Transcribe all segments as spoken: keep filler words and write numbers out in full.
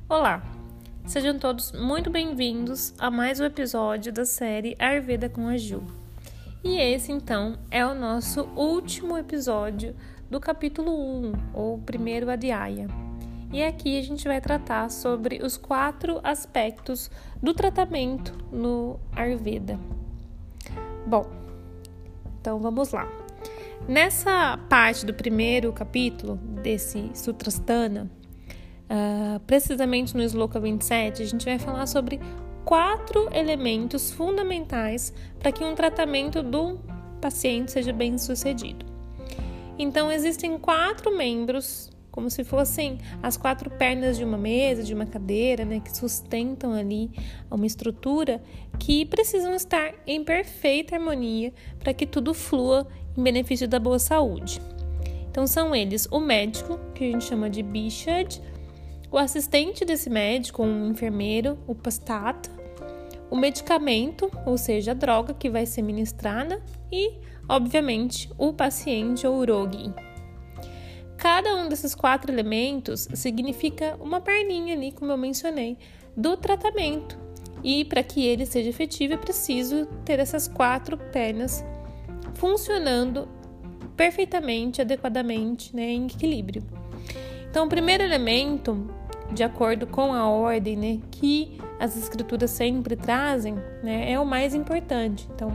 Olá, sejam todos muito bem-vindos a mais um episódio da série Ayurveda com a Ju. E esse, então, é o nosso último episódio do capítulo um, ou primeiro Adhyaya. E aqui a gente vai tratar sobre os quatro aspectos do tratamento no Ayurveda. Bom, então vamos lá. Nessa parte do primeiro capítulo desse Sutrasthana, Uh, precisamente no Sloka vinte e sete, a gente vai falar sobre quatro elementos fundamentais para que um tratamento do paciente seja bem sucedido. Então, existem quatro membros, como se fossem as quatro pernas de uma mesa, de uma cadeira, né, que sustentam ali uma estrutura, que precisam estar em perfeita harmonia para que tudo flua em benefício da boa saúde. Então, são eles o médico, que a gente chama de Bishad, o assistente desse médico, um enfermeiro, o Pastata, o medicamento, ou seja, a droga que vai ser ministrada e, obviamente, o paciente ou Rogi. Cada um desses quatro elementos significa uma perninha ali, como eu mencionei, do tratamento. E para que ele seja efetivo é preciso ter essas quatro pernas funcionando perfeitamente, adequadamente, né, em equilíbrio. Então, o primeiro elemento, de acordo com a ordem, né, que as escrituras sempre trazem, né, é o mais importante. Então,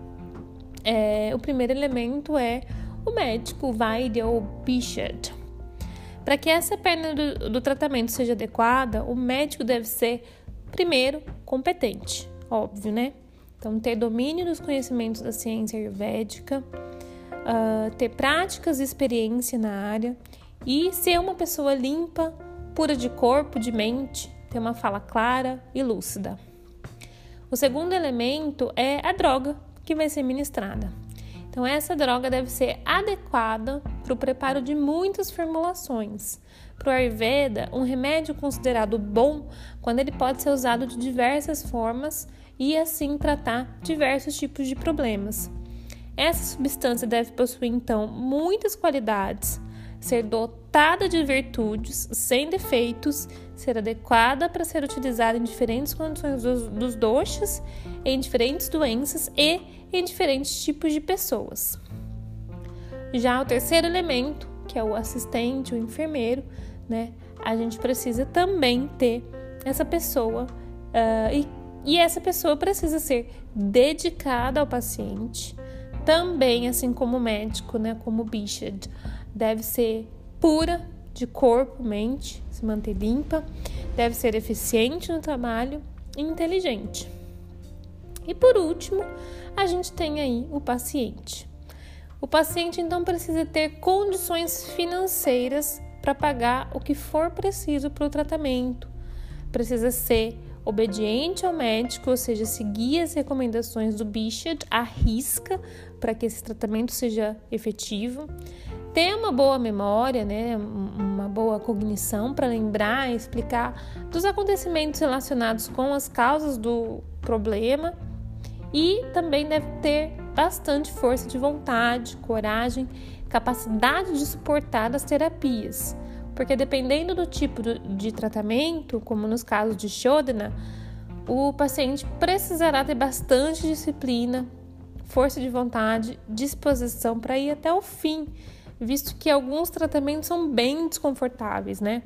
é, o primeiro elemento é o médico, o Vaidya ou Bishad. Para que essa perna do, do tratamento seja adequada, o médico deve ser, primeiro, competente, óbvio, né? Então, ter domínio dos conhecimentos da ciência ayurvédica, uh, ter práticas e experiência na área, e ser uma pessoa limpa, pura de corpo, de mente, ter uma fala clara e lúcida. O segundo elemento é a droga que vai ser ministrada. Então, essa droga deve ser adequada para o preparo de muitas formulações. Para o Ayurveda, um remédio considerado bom quando ele pode ser usado de diversas formas e assim tratar diversos tipos de problemas. Essa substância deve possuir, então, muitas qualidades, ser dotada de virtudes, sem defeitos, ser adequada para ser utilizada em diferentes condições dos, dos doshas, em diferentes doenças e em diferentes tipos de pessoas. Já o terceiro elemento, que é o assistente, o enfermeiro, né, a gente precisa também ter essa pessoa uh, e, e essa pessoa precisa ser dedicada ao paciente, também assim como o médico, né, como o Bishad. Deve ser pura de corpo, mente, se manter limpa, deve ser eficiente no trabalho e inteligente. E por último, a gente tem aí o paciente. O paciente, então, precisa ter condições financeiras para pagar o que for preciso para o tratamento. Precisa ser obediente ao médico, ou seja, seguir as recomendações do Bishad à risca para que esse tratamento seja efetivo. Ter uma boa memória, né, uma boa cognição para lembrar e explicar dos acontecimentos relacionados com as causas do problema, e também deve ter bastante força de vontade, coragem, capacidade de suportar as terapias, porque dependendo do tipo de tratamento, como nos casos de Shodhana, o paciente precisará ter bastante disciplina, força de vontade, disposição para ir até o fim, visto que alguns tratamentos são bem desconfortáveis, né?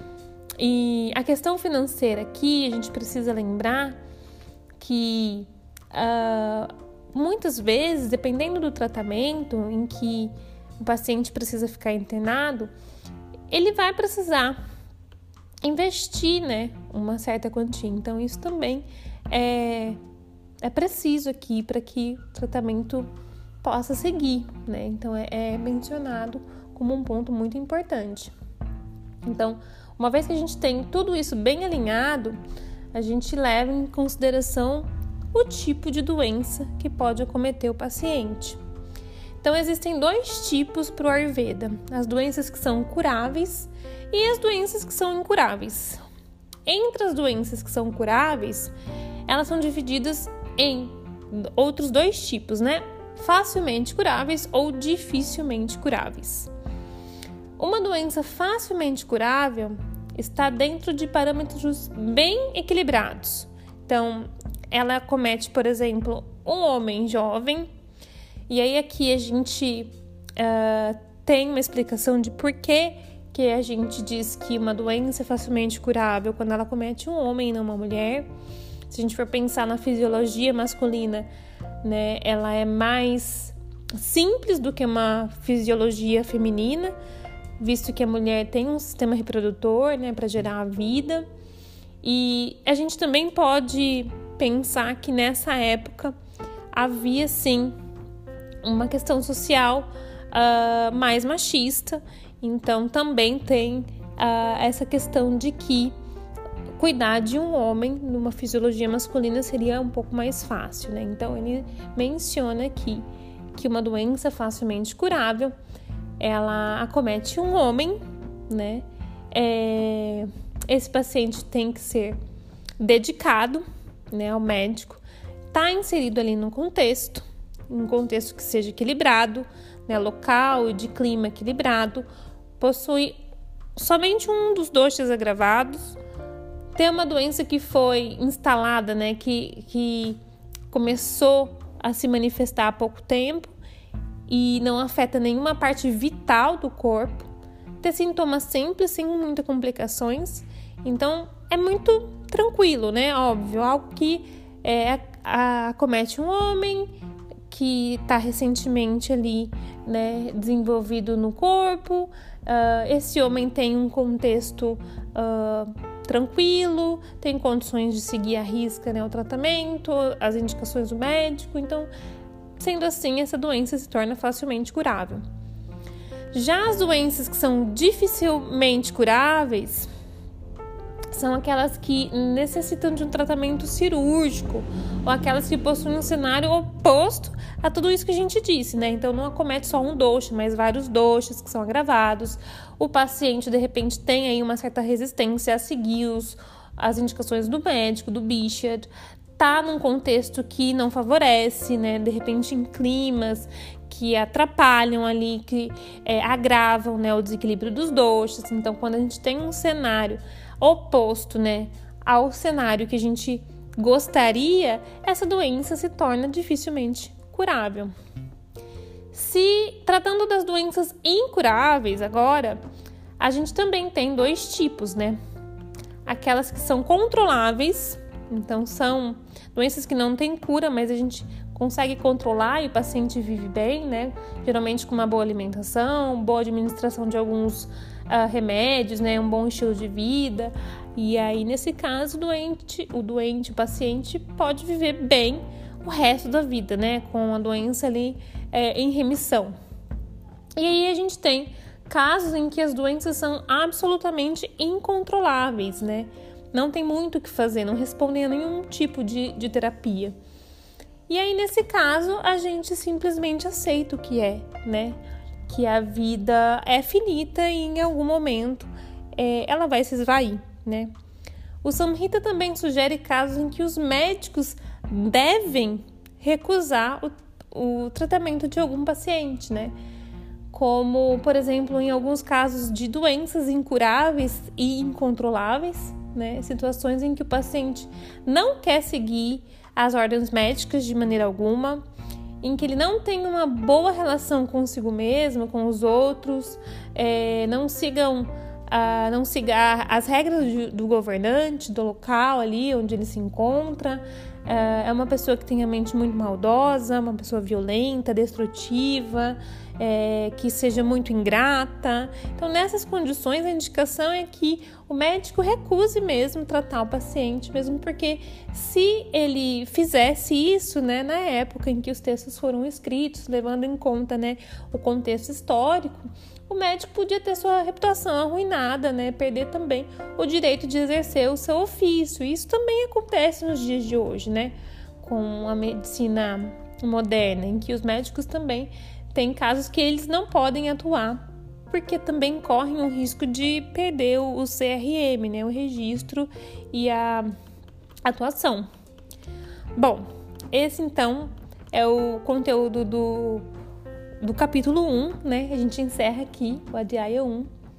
E a questão financeira aqui, a gente precisa lembrar que uh, muitas vezes, dependendo do tratamento em que o paciente precisa ficar internado, ele vai precisar investir, né, uma certa quantia. Então, isso também é, é preciso aqui para que o tratamento possa seguir, né? Então, é, é mencionado como um ponto muito importante. Então, uma vez que a gente tem tudo isso bem alinhado, a gente leva em consideração o tipo de doença que pode acometer o paciente. Então, existem dois tipos para o Ayurveda: as doenças que são curáveis e as doenças que são incuráveis. Entre as doenças que são curáveis, elas são divididas em outros dois tipos, né? Facilmente curáveis ou dificilmente curáveis. Uma doença facilmente curável está dentro de parâmetros bem equilibrados. Então, ela acomete, por exemplo, um homem jovem, e aí aqui a gente uh, tem uma explicação de por que, que a gente diz que uma doença é facilmente curável quando ela acomete um homem e não uma mulher. Se a gente for pensar na fisiologia masculina, né, ela é mais simples do que uma fisiologia feminina, visto que a mulher tem um sistema reprodutor, né, para gerar a vida. E a gente também pode pensar que nessa época havia sim uma questão social uh, mais machista, então também tem uh, essa questão de que cuidar de um homem numa fisiologia masculina seria um pouco mais fácil, né? Então ele menciona aqui que uma doença facilmente curável, ela acomete um homem, né? É, esse paciente tem que ser dedicado, né, ao médico, está inserido ali no contexto, um contexto que seja equilibrado, né, local e de clima equilibrado, possui somente um dos doxas agravados, tem uma doença que foi instalada, né, que, que começou a se manifestar há pouco tempo e não afeta nenhuma parte vital do corpo, ter sintomas simples, sem muitas complicações, então é muito tranquilo, né, óbvio, algo que é, acomete um homem que está recentemente ali, né, desenvolvido no corpo, uh, esse homem tem um contexto uh, tranquilo, tem condições de seguir à risca, né, o tratamento, as indicações do médico, então, sendo assim, essa doença se torna facilmente curável. Já as doenças que são dificilmente curáveis são aquelas que necessitam de um tratamento cirúrgico ou aquelas que possuem um cenário oposto a tudo isso que a gente disse, né? Então, não acomete só um doxa, mas vários doxas que são agravados. O paciente, de repente, tem aí uma certa resistência a seguir os, as indicações do médico, do Bichat, tá num contexto que não favorece, né? De repente, em climas que atrapalham ali, que é, agravam, né, o desequilíbrio dos doxas. Então, quando a gente tem um cenário oposto, né, ao cenário que a gente gostaria, essa doença se torna dificilmente curável. Se tratando das doenças incuráveis agora, a gente também tem dois tipos, né? Aquelas que são controláveis, então são doenças que não têm cura, mas a gente consegue controlar e o paciente vive bem, né? Geralmente com uma boa alimentação, boa administração de alguns Uh, remédios, né, um bom estilo de vida, e aí nesse caso o doente, o doente, o paciente pode viver bem o resto da vida, né, com a doença ali é, em remissão. E aí a gente tem casos em que as doenças são absolutamente incontroláveis, né, não tem muito o que fazer, não respondem a nenhum tipo de, de terapia. E aí nesse caso a gente simplesmente aceita o que é, né, que a vida é finita e em algum momento é, ela vai se esvair, né? O Samhita também sugere casos em que os médicos devem recusar o, o tratamento de algum paciente, né? Como, por exemplo, em alguns casos de doenças incuráveis e incontroláveis, né? Situações em que o paciente não quer seguir as ordens médicas de maneira alguma, em que ele não tem uma boa relação consigo mesmo, com os outros, é, não sigam, ah, não siga as regras de, do governante, do local ali onde ele se encontra, é uma pessoa que tem a mente muito maldosa, uma pessoa violenta, destrutiva, é, que seja muito ingrata. Então, nessas condições, a indicação é que o médico recuse mesmo tratar o paciente, mesmo porque se ele fizesse isso, né, na época em que os textos foram escritos, levando em conta, né, o contexto histórico, o médico podia ter sua reputação arruinada, né, perder também o direito de exercer o seu ofício. Isso também acontece nos dias de hoje, né, com a medicina moderna, em que os médicos também têm casos que eles não podem atuar, porque também correm o risco de perder o C R M, né, o registro e a atuação. Bom, esse então é o conteúdo do, do capítulo um, né? A gente encerra aqui o Adhyaya um.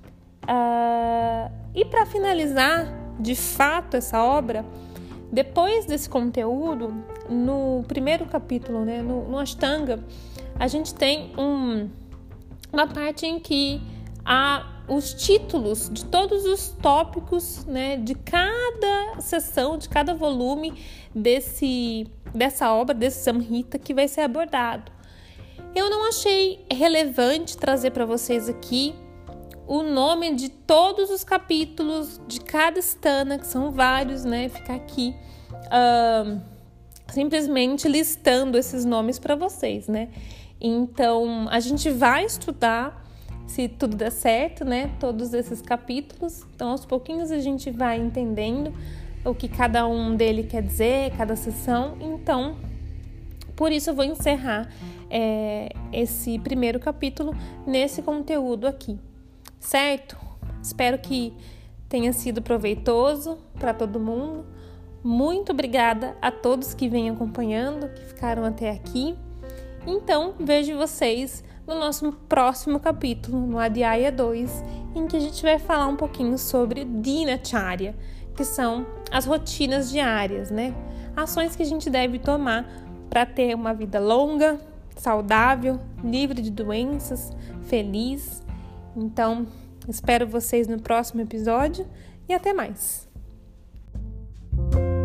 Uh, e para finalizar, de fato, essa obra, depois desse conteúdo, no primeiro capítulo, né, no, no Ashtanga, a gente tem um, uma parte em que há os títulos de todos os tópicos, né, de cada sessão, de cada volume desse, dessa obra, desse Samhita que vai ser abordado. Eu não achei relevante trazer para vocês aqui o nome de todos os capítulos de cada stana, que são vários, né? Ficar aqui uh, simplesmente listando esses nomes para vocês, né? Então, a gente vai estudar, se tudo der certo, né? Todos esses capítulos. Então, aos pouquinhos a gente vai entendendo o que cada um dele quer dizer, cada sessão. Então, por isso eu vou encerrar é, esse primeiro capítulo nesse conteúdo aqui. Certo? Espero que tenha sido proveitoso para todo mundo. Muito obrigada a todos que vêm acompanhando, que ficaram até aqui. Então, vejo vocês no nosso próximo capítulo, no Adhyaya dois, em que a gente vai falar um pouquinho sobre Dinacharya, que são as rotinas diárias, né? Ações que a gente deve tomar para ter uma vida longa, saudável, livre de doenças, feliz. Então, espero vocês no próximo episódio e até mais!